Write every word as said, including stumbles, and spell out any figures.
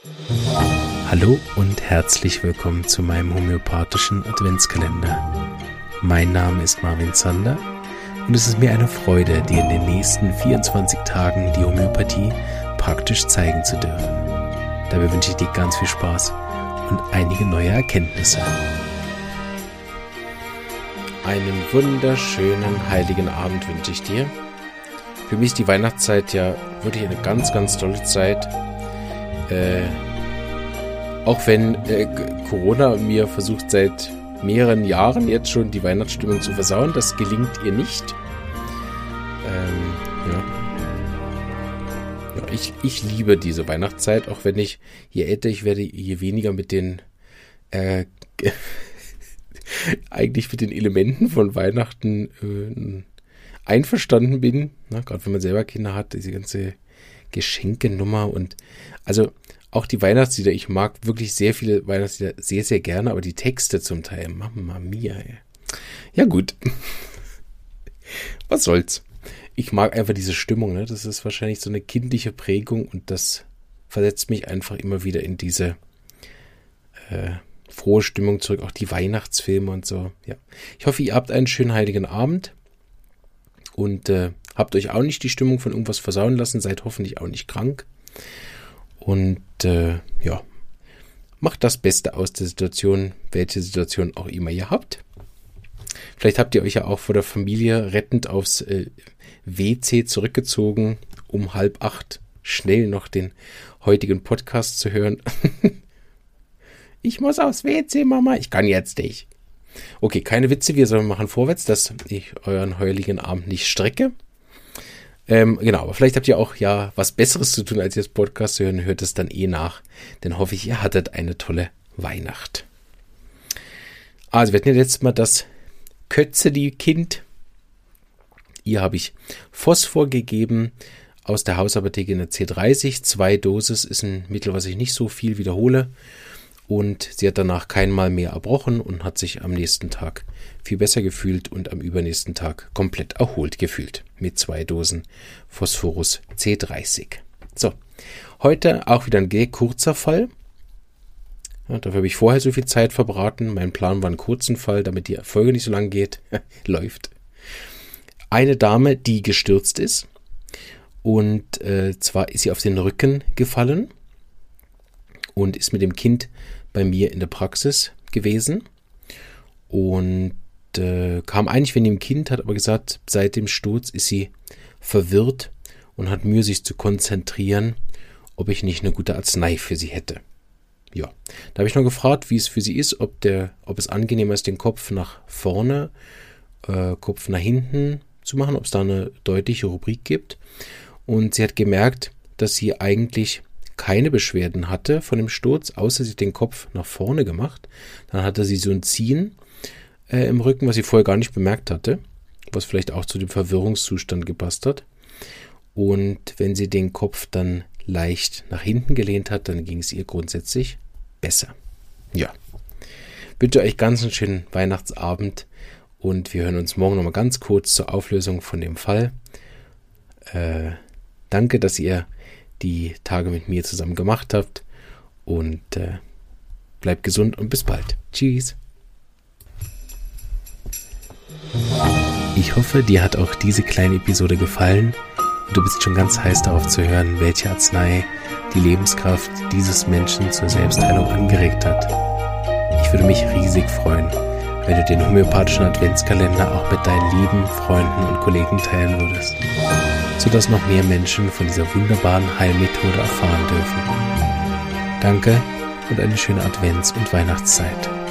Hallo und herzlich willkommen zu meinem homöopathischen Adventskalender. Mein Name ist Marvin Zander und es ist mir eine Freude, dir in den nächsten vierundzwanzig Tagen die Homöopathie praktisch zeigen zu dürfen. Dabei wünsche ich dir ganz viel Spaß und einige neue Erkenntnisse. Einen wunderschönen heiligen Abend wünsche ich dir. Für mich ist die Weihnachtszeit ja wirklich eine ganz, ganz tolle Zeit. Äh, auch wenn äh, Corona mir versucht seit mehreren Jahren jetzt schon die Weihnachtsstimmung zu versauen, das gelingt ihr nicht. Ähm, ja. Ja, ich, ich liebe diese Weihnachtszeit, auch wenn ich, je älter ich werde, je weniger mit den äh, eigentlich mit den Elementen von Weihnachten äh, einverstanden bin. Na, gerade wenn man selber Kinder hat, diese ganze Geschenkenummer und also auch die Weihnachtslieder, ich mag wirklich sehr viele Weihnachtslieder sehr, sehr gerne, aber die Texte zum Teil, Mamma mia, ey. Ja gut, was soll's. Ich mag einfach diese Stimmung, ne? Das ist wahrscheinlich so eine kindliche Prägung und das versetzt mich einfach immer wieder in diese äh, frohe Stimmung zurück, auch die Weihnachtsfilme und so. Ja, ich hoffe, ihr habt einen schönen heiligen Abend und äh, habt euch auch nicht die Stimmung von irgendwas versauen lassen, seid hoffentlich auch nicht krank. Und äh, ja, macht das Beste aus der Situation, welche Situation auch immer ihr habt. Vielleicht habt ihr euch ja auch vor der Familie rettend aufs äh, W C zurückgezogen, um halb acht schnell noch den heutigen Podcast zu hören. Ich muss aufs W C, Mama, ich kann jetzt nicht. Okay, keine Witze, wir sollen machen vorwärts, dass ich euren heiligen Abend nicht strecke. Ähm, genau, aber vielleicht habt ihr auch ja was Besseres zu tun, als jetzt Podcast zu hören, hört es dann eh nach. Dann hoffe ich, ihr hattet eine tolle Weihnacht. Also wir hatten ja letztes Mal das Kötzeli-Kind. Hier habe ich Phosphor gegeben aus der Hausapotheke in der C dreißig. Zwei Dosis ist ein Mittel, was ich nicht so viel wiederhole. Und sie hat danach kein Mal mehr erbrochen und hat sich am nächsten Tag viel besser gefühlt und am übernächsten Tag komplett erholt gefühlt mit zwei Dosen Phosphorus C dreißig. So, heute auch wieder ein kurzer Fall. Ja, dafür habe ich vorher so viel Zeit verbraten. Mein Plan war einen kurzen Fall, damit die Folge nicht so lang geht. Läuft. Eine Dame, die gestürzt ist und äh, zwar ist sie auf den Rücken gefallen und ist mit dem Kind bei mir in der Praxis gewesen und äh, kam eigentlich wegen dem Kind, hat aber gesagt, seit dem Sturz ist sie verwirrt und hat Mühe, sich zu konzentrieren, ob ich nicht eine gute Arznei für sie hätte. Ja, da habe ich noch gefragt, wie es für sie ist, ob, der, ob es angenehmer ist, den Kopf nach vorne, äh, Kopf nach hinten zu machen, ob es da eine deutliche Rubrik gibt. Und sie hat gemerkt, dass sie eigentlich keine Beschwerden hatte von dem Sturz, außer sie hat den Kopf nach vorne gemacht. Dann hatte sie so ein Ziehen äh, im Rücken, was sie vorher gar nicht bemerkt hatte, was vielleicht auch zu dem Verwirrungszustand gepasst hat. Und wenn sie den Kopf dann leicht nach hinten gelehnt hat, dann ging es ihr grundsätzlich besser. Ja, ich wünsche euch ganz einen schönen Weihnachtsabend und wir hören uns morgen nochmal ganz kurz zur Auflösung von dem Fall. Äh, danke, dass ihr die Tage mit mir zusammen gemacht habt und äh, bleibt gesund und bis bald. Tschüss. Ich hoffe, dir hat auch diese kleine Episode gefallen und du bist schon ganz heiß darauf zu hören, welche Arznei die Lebenskraft dieses Menschen zur Selbstheilung angeregt hat. Ich würde mich riesig freuen, wenn du den homöopathischen Adventskalender auch mit deinen lieben Freunden und Kollegen teilen würdest, sodass noch mehr Menschen von dieser wunderbaren Heilmethode erfahren dürfen. Danke und eine schöne Advents- und Weihnachtszeit.